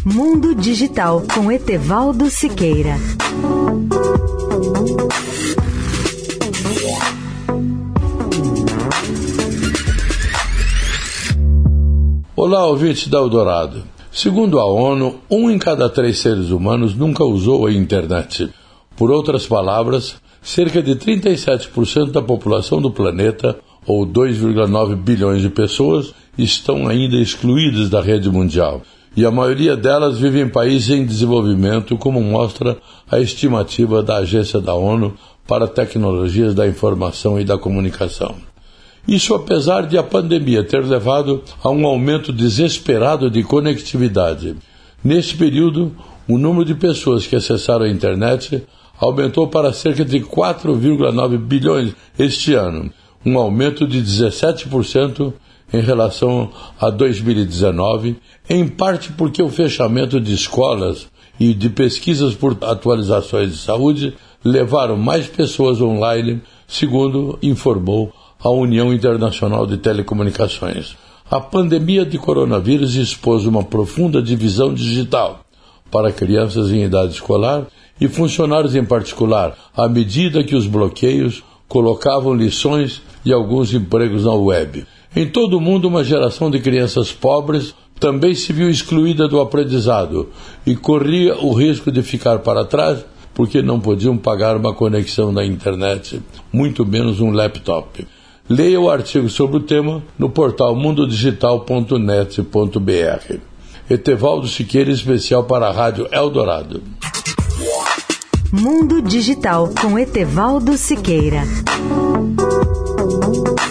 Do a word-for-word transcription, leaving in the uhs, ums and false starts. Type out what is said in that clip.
Mundo Digital com Etevaldo Siqueira. Olá, ouvintes da Eldorado. Segundo a ONU, um em cada três seres humanos nunca usou a internet. Por outras palavras, cerca de trinta e sete por cento da população do planeta, ou dois vírgula nove bilhões de pessoas, estão ainda excluídas da rede mundial. E a maioria delas vive em países em desenvolvimento, como mostra a estimativa da Agência da ONU para Tecnologias da Informação e da Comunicação. Isso apesar de a pandemia ter levado a um aumento desesperado de conectividade. Neste período, o número de pessoas que acessaram a internet aumentou para cerca de quatro vírgula nove bilhões este ano, um aumento de dezessete por cento em relação a dois mil e dezenove, em parte porque o fechamento de escolas e de pesquisas por atualizações de saúde levaram mais pessoas online, segundo informou a União Internacional de Telecomunicações. A pandemia de coronavírus expôs uma profunda divisão digital para crianças em idade escolar e funcionários em particular, à medida que os bloqueios colocavam lições e alguns empregos na web. Em todo o mundo, uma geração de crianças pobres também se viu excluída do aprendizado e corria o risco de ficar para trás porque não podiam pagar uma conexão na internet, muito menos um laptop. Leia o artigo sobre o tema no portal mundo digital ponto net ponto b r. Etevaldo Siqueira, especial para a Rádio Eldorado. Mundo Digital com Etevaldo Siqueira.